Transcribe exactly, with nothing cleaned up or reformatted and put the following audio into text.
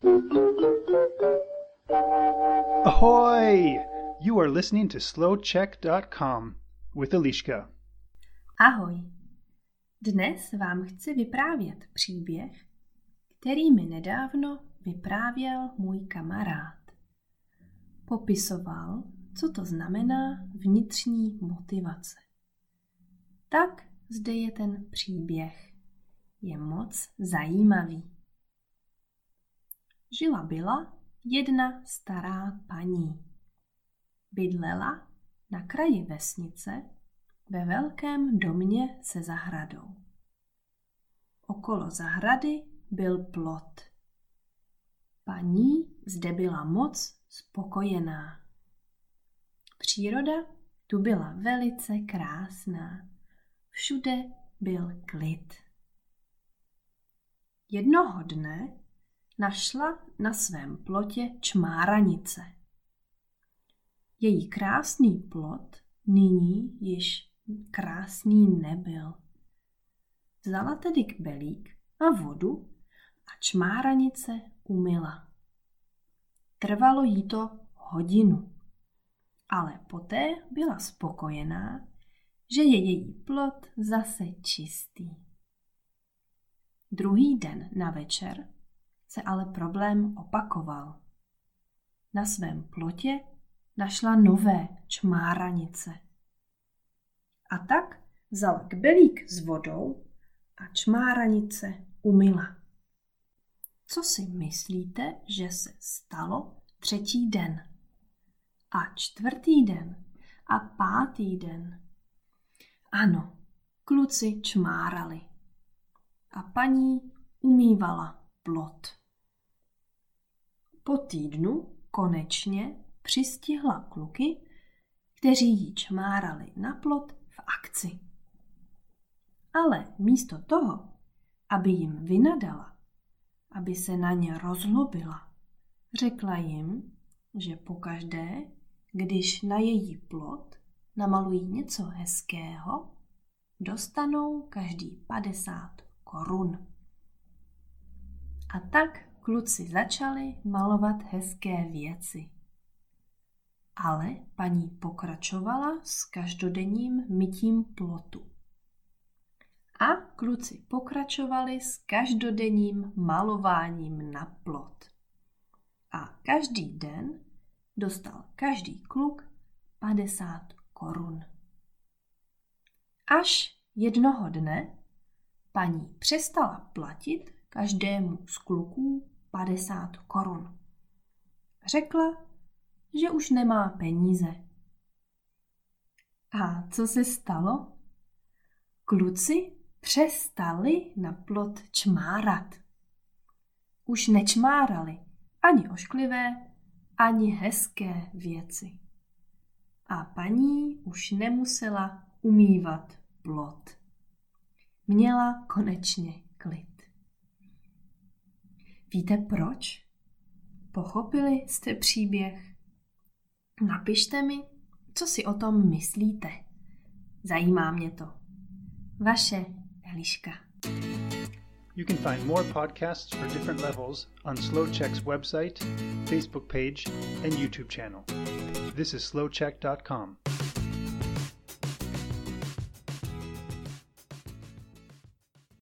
Ahoy! You are listening to slow check dot com with Eliška. Ahoj! Dnes vám chci vyprávět příběh, který mi nedávno vyprávěl můj kamarád. Popisoval, co to znamená vnitřní motivace. Tak zde je ten příběh. Je moc zajímavý. Žila byla jedna stará paní. Bydlela na kraji vesnice ve velkém domě se zahradou. Okolo zahrady byl plot. Paní zde byla moc spokojená. Příroda tu byla velice krásná. Všude byl klid. Jednoho dne našla na svém plotě čmáranice. Její krásný plot nyní již krásný nebyl. Vzala tedy kbelík a vodu a čmáranice umyla. Trvalo jí to hodinu, ale poté byla spokojená, že je její plot zase čistý. Druhý den na večer se ale problém opakoval. Na svém plotě našla nové čmáranice. A tak vzala kbelík s vodou a čmáranice umyla. Co si myslíte, že se stalo třetí den? A čtvrtý den? A pátý den? Ano, kluci čmárali. A paní umývala plot. Po týdnu konečně přistihla kluky, kteří jí čmárali na plot v akci. Ale místo toho, aby jim vynadala, aby se na ně rozlobila, řekla jim, že pokaždé, když na její plot namalují něco hezkého, dostanou každý padesát korun. A tak kluci začali malovat hezké věci. Ale paní pokračovala s každodenním mytím plotu. A kluci pokračovali s každodenním malováním na plot. A každý den dostal každý kluk padesát korun. Až jednoho dne paní přestala platit každému z kluků padesát korun. Řekla, že už nemá peníze. A co se stalo? Kluci přestali na plot čmárat. Už nečmárali ani ošklivé, ani hezké věci. A paní už nemusela umývat plot. Měla konečně klid. Víte proč? Pochopili jste příběh? Napište mi, co si o tom myslíte. Zajímá mě to. Vaše Eliška. You can find more podcasts for different levels on SlowCheck's website, Facebook page, and YouTube channel. This is slow check dot com.